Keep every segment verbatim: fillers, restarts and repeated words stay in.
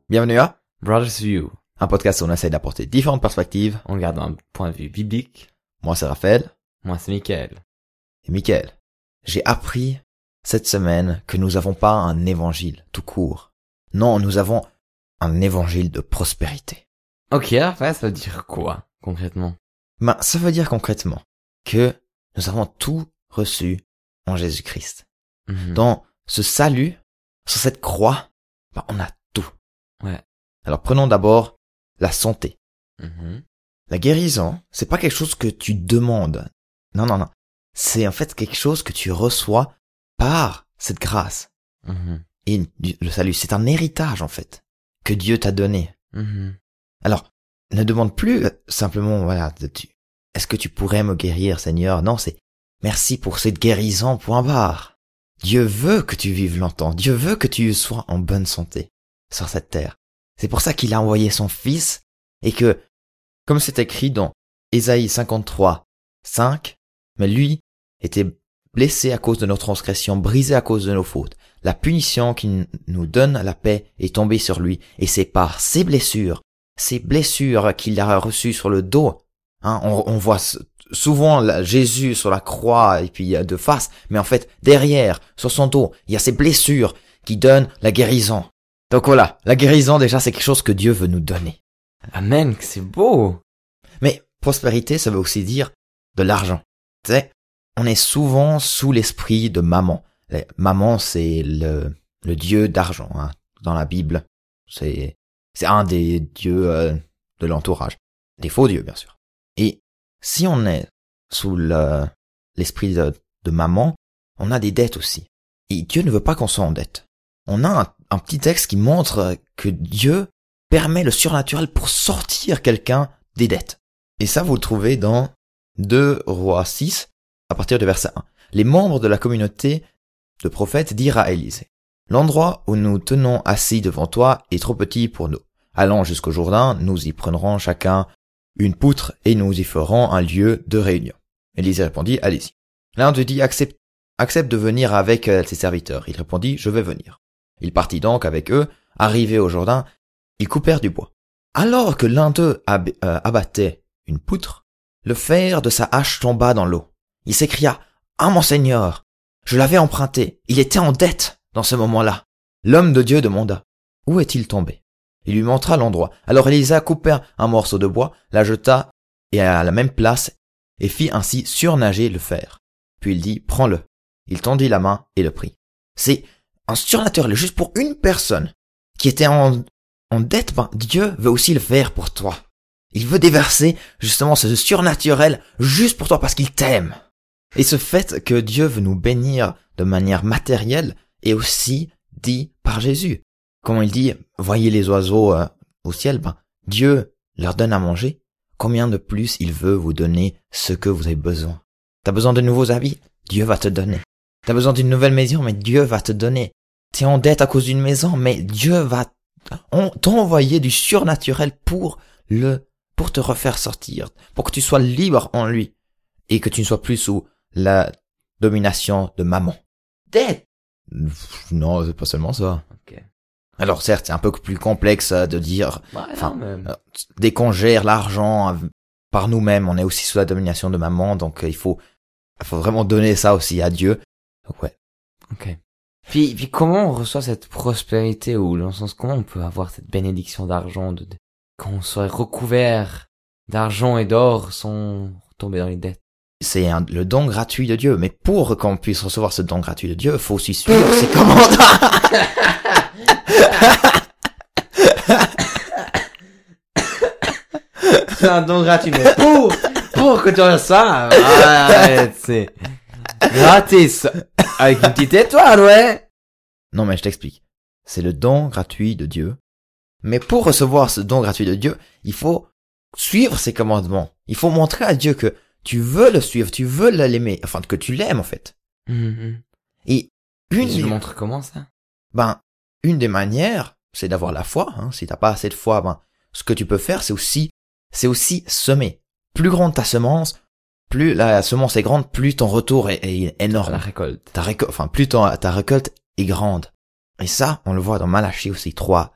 Bienvenue à Brothers View, un podcast où on essaie d'apporter différentes perspectives. on garde un point de vue biblique. Moi c'est Raphaël Moi c'est Mickaël. et Mickaël. J'ai appris cette semaine que nous n'avons pas un évangile tout court. Non, nous avons un évangile de prospérité. Ok, Raphaël, ça veut dire quoi, concrètement? Ben, ça veut dire concrètement que nous avons tout reçu en Jésus-Christ. Mhm. Dans ce salut, sur cette croix, ben, on a tout. Ouais. Alors prenons d'abord la santé. Mhm. La guérison, c'est pas quelque chose que tu demandes. Non, non, non. C'est en fait quelque chose que tu reçois par cette grâce. Mhm. Et le salut, c'est un héritage en fait que Dieu t'a donné. Mhm. Alors, ne demande plus simplement, voilà, tu, est-ce que tu pourrais me guérir, Seigneur? Non, c'est merci pour cette guérison, point barre. Dieu veut que tu vives longtemps. Dieu veut que tu sois en bonne santé sur cette terre. C'est pour ça qu'il a envoyé son Fils et que, comme c'est écrit dans Ésaïe cinquante-trois, cinq, mais lui était blessé à cause de nos transgressions, brisé à cause de nos fautes. La punition qui nous donne la paix est tombée sur lui, et c'est par ces blessures, ces blessures qu'il a reçues sur le dos. Hein, on, on voit souvent la, Jésus sur la croix et puis de face, mais en fait derrière, sur son dos, il y a ces blessures qui donnent la guérison. Donc voilà, la guérison déjà c'est quelque chose que Dieu veut nous donner. Amen, que c'est beau. Mais prospérité, ça veut aussi dire de l'argent. Tu sais, on est souvent sous l'esprit de maman. Maman, c'est le, le dieu d'argent, hein, dans la Bible. C'est, c'est un des dieux euh, de l'entourage. Des faux dieux, bien sûr. Et si on est sous le, l'esprit de, de maman, on a des dettes aussi. Et Dieu ne veut pas qu'on soit en dette. On a un, un petit texte qui montre que Dieu permet le surnaturel pour sortir quelqu'un des dettes. Et ça, vous le trouvez dans deux Rois six, à partir du verset un. Les membres de la communauté de prophètes dirent à Élisée: l'endroit où nous tenons assis devant toi est trop petit pour nous. Allons jusqu'au Jourdain, nous y prendrons chacun une poutre et nous y ferons un lieu de réunion. Élisée répondit: allez-y. L'un d'eux dit: accepte, accepte de venir avec ses serviteurs. Il répondit: je vais venir. Il partit donc avec eux. Arrivé au Jourdain, ils coupèrent du bois. Alors que l'un d'eux ab- euh, abattait une poutre, le fer de sa hache tomba dans l'eau. Il s'écria: ah mon Seigneur, je l'avais emprunté, il était en dette dans ce moment-là. L'homme de Dieu demanda: où est-il tombé? Il lui montra l'endroit. Alors Élisée coupa un morceau de bois, la jeta et à la même place et fit ainsi surnager le fer. Puis il dit: prends-le. Il tendit la main et le prit. C'est un surnaturel juste pour une personne qui était en, en dette. Ben, Dieu veut aussi le faire pour toi. Il veut déverser justement ce surnaturel juste pour toi parce qu'il t'aime. Et ce fait que Dieu veut nous bénir de manière matérielle est aussi dit par Jésus. Quand il dit: voyez les oiseaux euh, au ciel, ben, Dieu leur donne à manger. Combien de plus il veut vous donner ce que vous avez besoin? T'as besoin de nouveaux habits? Dieu va te donner. T'as besoin d'une nouvelle maison? Mais Dieu va te donner. T'es en dette à cause d'une maison? Mais Dieu va on, t'envoyer du surnaturel pour le, pour te refaire sortir, pour que tu sois libre en lui et que tu ne sois plus sous la domination de maman. Dette? Non, c'est pas seulement ça. Ok. Alors certes, c'est un peu plus complexe de dire, Ouais, enfin, non, mais... euh, dès qu'on gère l'argent par nous-mêmes, on est aussi sous la domination de maman, donc euh, il faut, il faut vraiment donner ça aussi à Dieu. Donc ouais. Ok. Puis, puis comment on reçoit cette prospérité, ou dans le sens comment on peut avoir cette bénédiction d'argent, de, de qu'on soit recouvert d'argent et d'or sans tomber dans les dettes? C'est un, le don gratuit de Dieu, mais pour qu'on puisse recevoir ce don gratuit de Dieu, il faut aussi suivre ses commandements. C'est un don gratuit, mais pour, pour que tu aies ça, arrête, c'est gratis, avec une petite étoile, ouais. Non mais je t'explique. C'est le don gratuit de Dieu. Mais pour recevoir ce don gratuit de Dieu, il faut suivre ses commandements. Il faut montrer à Dieu que tu veux le suivre, tu veux l'aimer, enfin que tu l'aimes en fait. Mm-hmm. Et une Tu des, le montres comment ça? ben, une des manières, c'est d'avoir la foi. Hein. Si t'as pas assez de foi, ben, ce que tu peux faire, c'est aussi, c'est aussi semer. Plus grande ta semence, plus la semence est grande, plus ton retour est, est énorme. La récolte. Ta récolte, enfin, plus ton, ta récolte est grande. Et ça, on le voit dans Malachie aussi trois,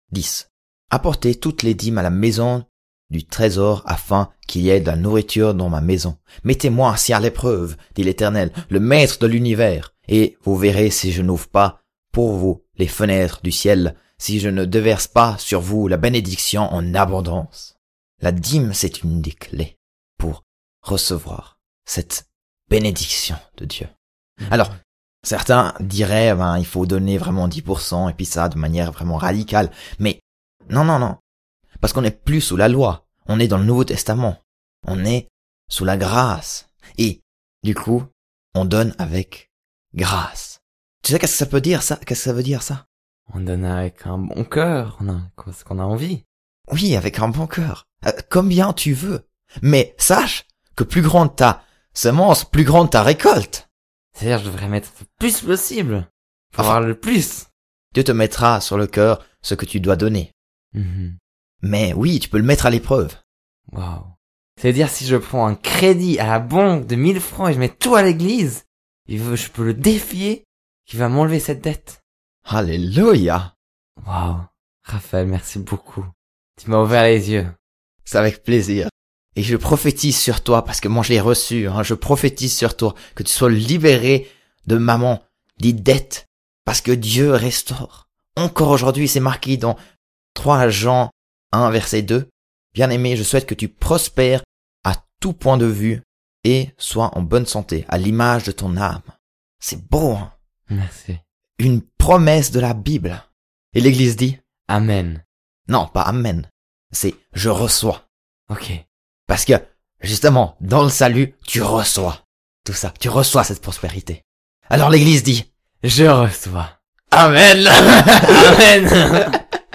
dix. Apportez toutes les dîmes à la maison du trésor afin qu'il y ait de la nourriture dans ma maison. Mettez-moi ainsi à l'épreuve, dit l'Éternel, le maître de l'univers, et vous verrez si je n'ouvre pas pour vous les fenêtres du ciel, si je ne déverse pas sur vous la bénédiction en abondance. La dîme, c'est une des clés pour recevoir cette bénédiction de Dieu. Alors, certains diraient, ben, il faut donner vraiment dix pour cent, et puis ça de manière vraiment radicale. Mais, non, non, non. Parce qu'on n'est plus sous la loi. On est dans le Nouveau Testament. On est sous la grâce. Et, du coup, on donne avec grâce. Tu sais qu'est-ce que ça peut dire, ça? Qu'est-ce que ça veut dire, ça? On donne avec un bon cœur. On a ce qu'on a envie. Oui, avec un bon cœur. Euh, combien tu veux. Mais sache que plus grande ta semence, plus grande ta récolte. C'est-à-dire, je devrais mettre le plus possible. Pour Enfin, avoir le plus. Dieu te mettra sur le cœur ce que tu dois donner. Mm-hmm. Mais oui, tu peux le mettre à l'épreuve. Waouh. C'est-à-dire, si je prends un crédit à la banque de mille francs et je mets tout à l'église, je peux le défier qui va m'enlever cette dette. Alléluia. Waouh. Raphaël, merci beaucoup. Tu m'as ouvert les yeux. C'est avec plaisir. Et je prophétise sur toi, parce que moi je l'ai reçu, hein, je prophétise sur toi, que tu sois libéré de maman, des dettes, parce que Dieu restaure. Encore aujourd'hui, c'est marqué dans trois Jean un, verset deux. Bien-aimé, je souhaite que tu prospères à tout point de vue et sois en bonne santé, à l'image de ton âme. C'est beau, hein? Merci. Une promesse de la Bible. Et l'Église dit? Amen. Non, pas amen. C'est je reçois. Ok. Parce que, justement, dans le salut, tu reçois tout ça. Tu reçois cette prospérité. Alors l'Église dit, je reçois. Amen. Amen.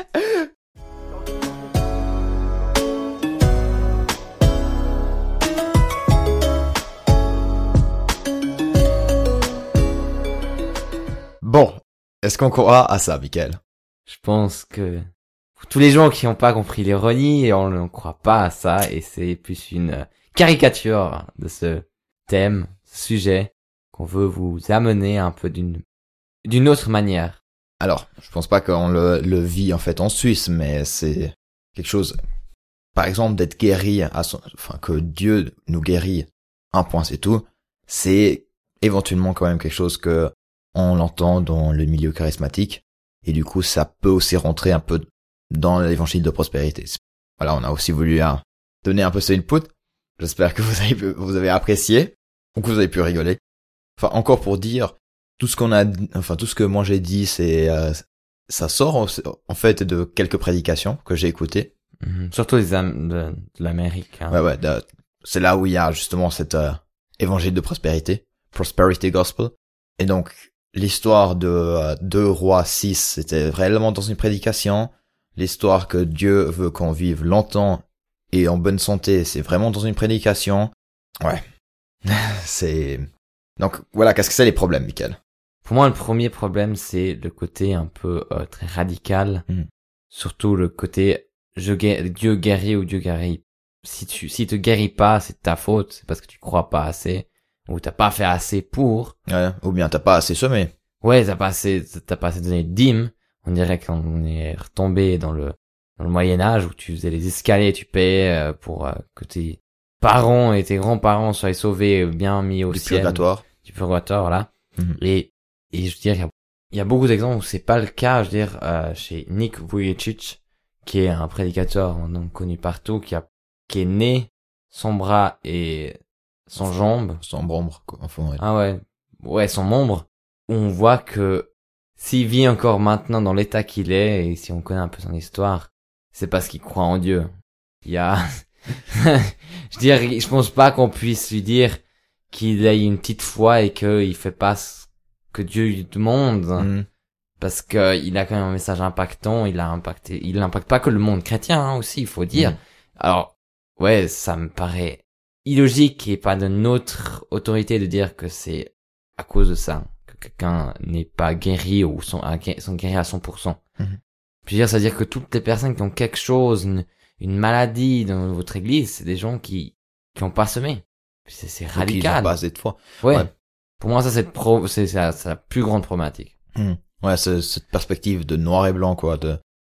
Bon, est-ce qu'on croit à ça, Michael? Je pense que pour tous les gens qui n'ont pas compris l'ironie, on ne croit pas à ça, et c'est plus une caricature de ce thème, ce sujet, qu'on veut vous amener un peu d'une d'une autre manière. Alors, je pense pas qu'on le, le vit en fait en Suisse, mais c'est quelque chose, par exemple, d'être guéri, à son, enfin que Dieu nous guérit, un point c'est tout, c'est éventuellement quand même quelque chose que on l'entend dans le milieu charismatique, et du coup ça peut aussi rentrer un peu dans l'évangile de prospérité. Voilà, on a aussi voulu hein, donner un peu ce input. J'espère que vous avez, vous avez apprécié, ou que vous avez pu rigoler. Enfin, encore pour dire, tout ce qu'on a, enfin tout ce que moi j'ai dit, c'est, euh, ça sort en, en fait de quelques prédications que j'ai écoutées. Mmh, surtout les âmes de, de l'Amérique. Hein. Ouais, ouais, de, c'est là où il y a justement cet euh, évangile de prospérité, prosperity gospel. Et donc l'histoire de euh, deux rois six, c'était réellement dans une prédication. L'histoire que Dieu veut qu'on vive longtemps et en bonne santé, c'est vraiment dans une prédication. Ouais. c'est... Donc, voilà, qu'est-ce que c'est les problèmes, Michael? Pour moi, le premier problème, c'est le côté un peu euh, très radical. Mm. Surtout le côté je guéris, Dieu guérit ou Dieu guérit. Si tu si te guéris pas, c'est ta faute, c'est parce que tu crois pas assez ou t'as pas fait assez pour. Ouais, ou bien t'as pas assez semé. Ouais, t'as pas assez t'as pas assez donné de dîmes. On dirait qu'on est retombé dans le dans le Moyen Âge où tu faisais les escaliers, tu payais pour euh, que tes parents et tes grands-parents soient sauvés, bien mis au du ciel. Purgatoire. Du purgatoire, là. Mm-hmm. Et et je veux dire, il y a, y a beaucoup d'exemples où c'est pas le cas. Je veux dire, euh, chez Nick Vujicic, qui est un prédicateur donc connu partout, qui a qui est né sans bras et sans jambes, sans membre, quoi. Enfin, ouais. Ah ouais, ouais, sans membre. Où on voit que s'il vit encore maintenant dans l'état qu'il est, et si on connaît un peu son histoire, c'est parce qu'il croit en Dieu. Il y a, je veux dire, je pense pas qu'on puisse lui dire qu'il a une petite foi et qu'il fait pas ce que Dieu lui demande. Mm. Parce que il a quand même un message impactant, il a impacté, il n'impacte pas que le monde chrétien, hein, aussi, il faut dire. Mm. Alors, ouais, ça me paraît illogique et pas de notre autorité de dire que c'est à cause de ça que quelqu'un n'est pas guéri ou sont, sont guéris à cent pour cent. Mm-hmm. Puis dire, ça veut dire que toutes les personnes qui ont quelque chose, une, une maladie dans votre église, c'est des gens qui qui ont pas semé. Puis c'est, c'est radical. Qui ont pas assez de foi. Ouais. ouais. Pour moi, ça c'est pro, c'est, c'est, la, c'est la plus grande problématique. Mm. Ouais, c'est cette perspective de noir et blanc, quoi, de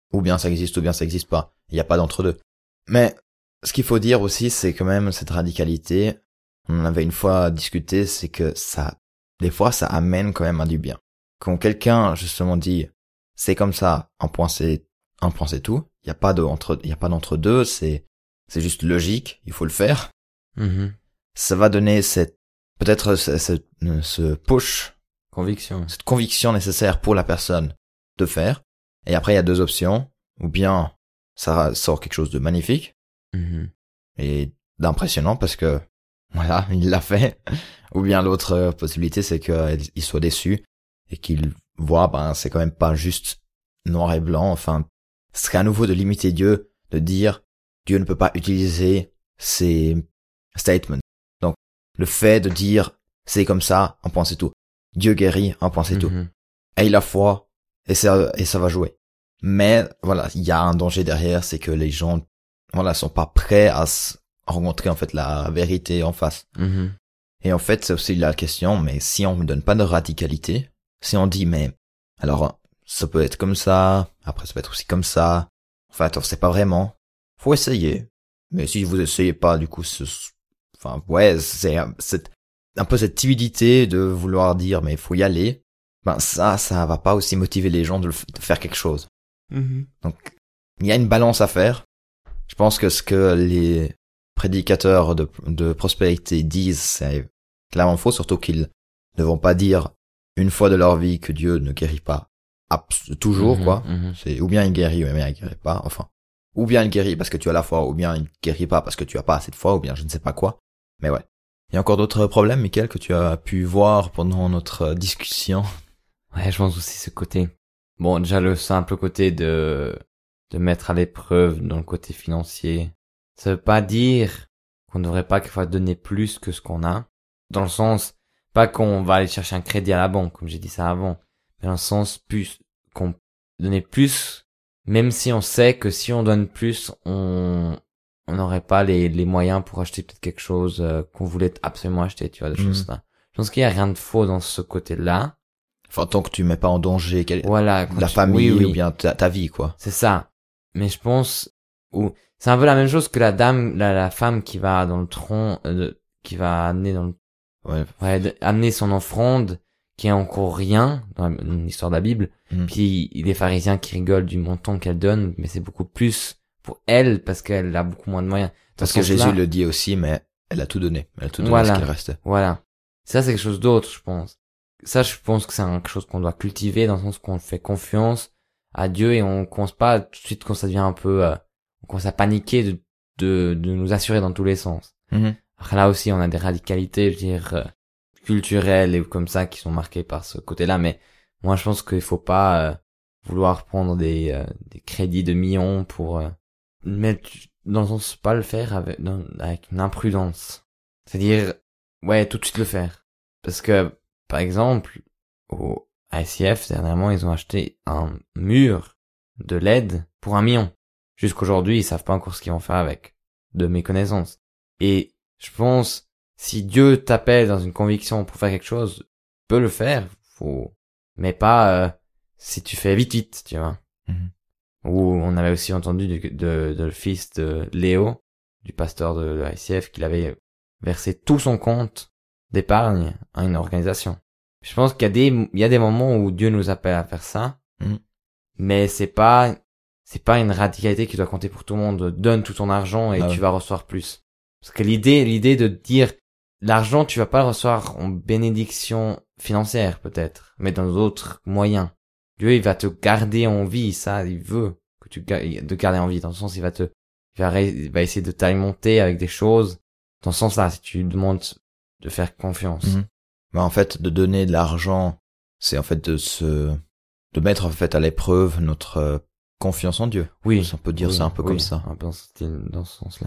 ou bien ça existe, ou bien ça existe pas. Il n'y a pas d'entre-deux. Mais ce qu'il faut dire aussi, c'est quand même cette radicalité, on en avait une fois discuté, c'est que ça, des fois, ça amène quand même à du bien. Quand quelqu'un, justement, dit, c'est comme ça, un point c'est, un point c'est tout, il n'y a pas de entre, il y a pas d'entre-deux, c'est, c'est juste logique, il faut le faire. Mhm. Ça va donner cette, peut-être ce, ce, ce push, Conviction. cette conviction nécessaire pour la personne de faire. Et après, il y a deux options. Ou bien, ça sort quelque chose de magnifique Mhm. et d'impressionnant parce que, voilà, il l'a fait. Ou bien l'autre possibilité, c'est qu'il soit déçu et qu'il voit, ben, c'est quand même pas juste noir et blanc. Enfin, ce serait à nouveau de limiter Dieu, de dire, Dieu ne peut pas utiliser ces statements. Donc, le fait de dire, c'est comme ça, un point c'est tout. Dieu guérit, un point c'est tout. Mhm. Aie la foi, et ça, et ça va jouer. Mais, voilà, il y a un danger derrière, c'est que les gens, voilà, sont pas prêts à se rencontrer, en fait, la vérité en face. Mhm. Et en fait, c'est aussi la question, mais si on ne donne pas de radicalité, si on dit, mais, alors, ça peut être comme ça, après ça peut être aussi comme ça, en fait, on sait pas vraiment, faut essayer. Mais si vous essayez pas, du coup, ce, enfin, ouais, c'est, c'est un peu cette timidité de vouloir dire, mais il faut y aller. Ben, ça, ça va pas aussi motiver les gens de, le, de faire quelque chose. Mhm. Donc, il y a une balance à faire. Je pense que ce que les prédicateurs de, de prospérité disent, c'est clairement faux, surtout qu'ils ne vont pas dire une fois de leur vie que Dieu ne guérit pas. Abs- toujours, Mhm. quoi. Mhm. C'est ou bien il guérit, ou bien il guérit pas, enfin. Ou bien il guérit parce que tu as la foi, ou bien il guérit pas parce que tu as pas assez de foi, ou bien je ne sais pas quoi. Mais ouais. Il y a encore d'autres problèmes, Mickaël, que tu as pu voir pendant notre discussion? Ouais, je pense aussi ce côté. Bon, déjà le simple côté de de mettre à l'épreuve dans le côté financier. Ça veut pas dire qu'on ne devrait pas quelquefois donner plus que ce qu'on a. Dans le sens, pas qu'on va aller chercher un crédit à la banque, comme j'ai dit ça avant. Mais dans le sens plus, qu'on donner plus, même si on sait que si on donne plus, on, on n'aurait pas les, les moyens pour acheter peut-être quelque chose euh, qu'on voulait absolument acheter, tu vois, des Mhm. choses là. Je pense qu'il y a rien de faux dans ce côté-là. Enfin, tant que tu mets pas en danger quel- Voilà. quand la tu- famille, oui, oui. ou bien ta, ta vie, quoi. C'est ça. Mais je pense, ou c'est un peu la même chose que la dame, la, la femme qui va dans le tronc, euh, de- qui va amener dans le, Ouais. ouais, de- amener son offrande, qui est encore rien dans la- dans l'histoire de la Bible. Mhm. Puis les pharisiens qui rigolent du montant qu'elle donne, mais c'est beaucoup plus pour elle parce qu'elle a beaucoup moins de moyens. Dans Parce ce que sens-là- Jésus le dit aussi, mais elle a tout donné. Elle a tout donné Voilà. ce qu'il restait. Voilà. Ça, c'est quelque chose d'autre, je pense. Ça, je pense que c'est quelque chose qu'on doit cultiver dans le sens qu'on fait confiance à Dieu et on commence pas tout de suite quand ça devient un peu, euh, on commence à paniquer de, de, de nous assurer dans tous les sens. Mhm. Après, là aussi, on a des radicalités, je veux dire, euh, culturelles et comme ça qui sont marquées par ce côté-là, mais moi, je pense qu'il faut pas euh, vouloir prendre des, euh, des crédits de millions pour euh, mettre, dans le sens, pas le faire avec, dans- avec une imprudence. C'est-à-dire, ouais, tout de suite le faire. Parce que, par exemple, au I C F, dernièrement, ils ont acheté un mur de L E D pour un million. Jusqu'aujourd'hui, ils savent pas encore ce qu'ils vont faire avec, de mes connaissances. Et je pense, si Dieu t'appelle dans une conviction pour faire quelque chose, tu peux le faire, faut, mais pas euh, si tu fais vite vite, tu vois. Mhm. Ou on avait aussi entendu du- de, de, le fils de Léo, du pasteur de l'I C F, qu'il avait versé tout son compte d'épargne à une organisation. Je pense qu'il y a des, il y a des moments où Dieu nous appelle à faire ça, Mhm. mais c'est pas, c'est pas une radicalité qui doit compter pour tout le monde. Donne tout ton argent et Ah tu ouais. vas recevoir plus. Parce que l'idée, l'idée de dire, l'argent, tu vas pas le recevoir en bénédiction financière, peut-être, mais dans d'autres moyens. Dieu, il va te garder en vie, ça, il veut que tu ga- de garder en vie, dans le sens, il va te, il va, ré- il va essayer de t'alimenter avec des choses, dans ce sens-là, si tu lui demandes de faire confiance. Mhm. Bah, en fait, de donner de l'argent, c'est en fait de se, de mettre en fait à l'épreuve notre euh, confiance en Dieu. Oui. On peut dire oui, ça un peu oui, comme ça. Un peu dans ce style- dans ce sens-là.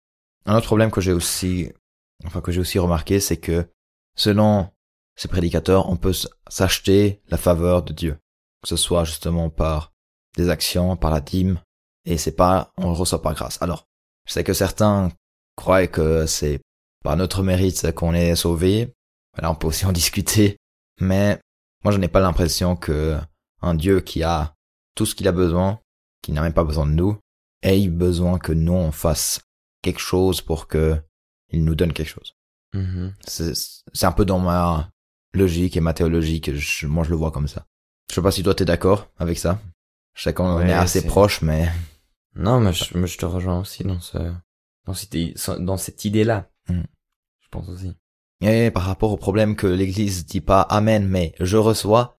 Un autre problème que j'ai aussi, enfin que j'ai aussi remarqué, c'est que selon ces prédicateurs, on peut s- s'acheter la faveur de Dieu, que ce soit justement par des actions, par la dîme, et c'est pas, on le reçoit par grâce. Alors, je sais que certains croient que c'est par notre mérite qu'on est sauvé. Voilà, on peut aussi en discuter, mais moi je n'ai pas l'impression que un Dieu qui a tout ce qu'il a besoin, qui n'a même pas besoin de nous, ait besoin que nous on fasse quelque chose pour que il nous donne quelque chose. Mhm. C'est, c'est un peu dans ma logique et ma théologie que je, moi je le vois comme ça. Je sais pas si toi t'es d'accord avec ça. Je sais qu'on Ouais, est assez c'est- proches, mais Non, mais je, mais je te rejoins aussi dans ce, dans cette, dans cette idée-là. Mm. Je pense aussi. et par rapport au problème que l'Église dit pas Amen, mais je reçois.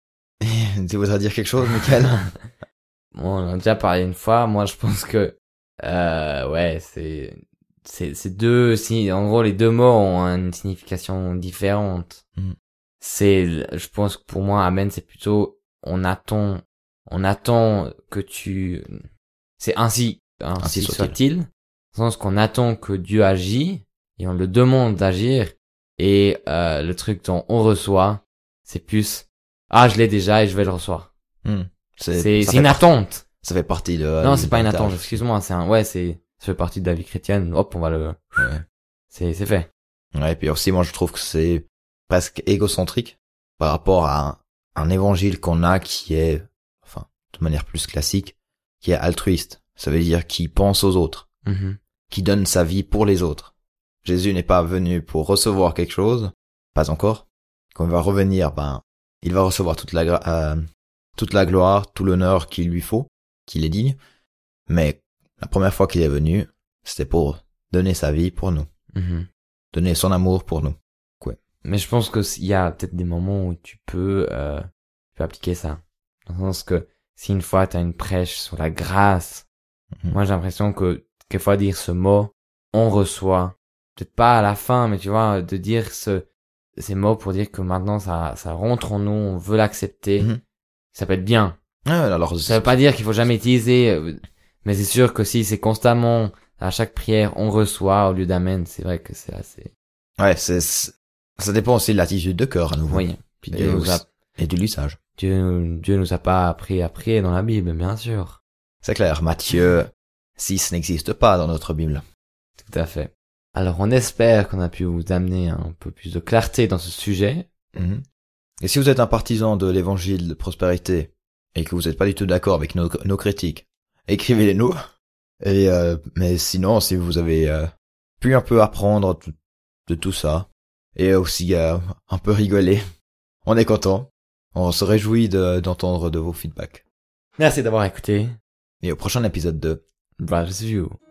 Tu voudrais dire quelque chose, Michael? Bon, on en a déjà parlé une fois. Moi, je pense que, euh, ouais, c'est, c'est, c'est deux, si, en gros, les deux mots ont une signification différente. Mm. C'est, je pense que pour moi, Amen, c'est plutôt, on attend, on attend que tu, c'est ainsi, ainsi, Ainsi soit-il. soit-il. Dans le sens qu'on attend que Dieu agit, et on le demande d'agir, et, euh, le truc dont on reçoit, c'est plus, ah, je l'ai déjà et je vais le recevoir. Mm. C'est, ça c'est fait une par- attente. Ça fait partie de... Non, c'est pas une du attente, héritage. excuse-moi, c'est un, ouais, c'est, ça fait partie de la vie chrétienne, hop, on va le, Ouais. c'est, c'est fait. Ouais, et puis aussi, moi, je trouve que c'est presque égocentrique par rapport à un, un évangile qu'on a qui est, enfin, de manière plus classique, qui est altruiste. Ça veut dire qui pense aux autres, Mhm. qui donne sa vie pour les autres. Jésus n'est pas venu pour recevoir quelque chose, pas encore. Quand il va revenir, ben, il va recevoir toute la, gra- euh, toute la gloire, tout l'honneur qu'il lui faut, qu'il est digne. Mais la première fois qu'il est venu, c'était pour donner sa vie pour nous, Mhm. donner son amour pour nous. Mais je pense que s- il y a peut-être des moments où tu peux, euh, tu peux appliquer ça. Dans le sens que, si une fois t'as une prêche sur la grâce, Mhm. moi j'ai l'impression que, quelquefois dire ce mot, on reçoit, peut-être pas à la fin, mais tu vois, de dire ce, ces mots pour dire que maintenant ça, ça rentre en nous, on veut l'accepter, Mhm. ça peut être bien. Ouais, alors, Ça veut pas dire qu'il faut jamais utiliser, euh, mais c'est sûr que si c'est constamment, à chaque prière, on reçoit au lieu d'amen, c'est vrai que c'est assez, ouais, c'est, c'est- ça dépend aussi de l'attitude de cœur, à nouveau. oui. Puis Et, Dieu nous a, aussi- et de l'usage. Dieu, Dieu nous a pas appris à prier dans la Bible, bien sûr. C'est clair, Matthieu six n'existe pas dans notre Bible. Tout à fait. Alors, on espère qu'on a pu vous amener un peu plus de clarté dans ce sujet. Mhm. Et si vous êtes un partisan de l'évangile de prospérité, et que vous n'êtes pas du tout d'accord avec nos, nos critiques, écrivez-les nous. Et, euh, mais sinon, si vous avez euh, pu un peu apprendre tout- de tout ça, et aussi euh, un peu rigoler, on est content. On se réjouit de- d'entendre de vos feedbacks. Merci d'avoir écouté. Et au prochain épisode de Brothers View.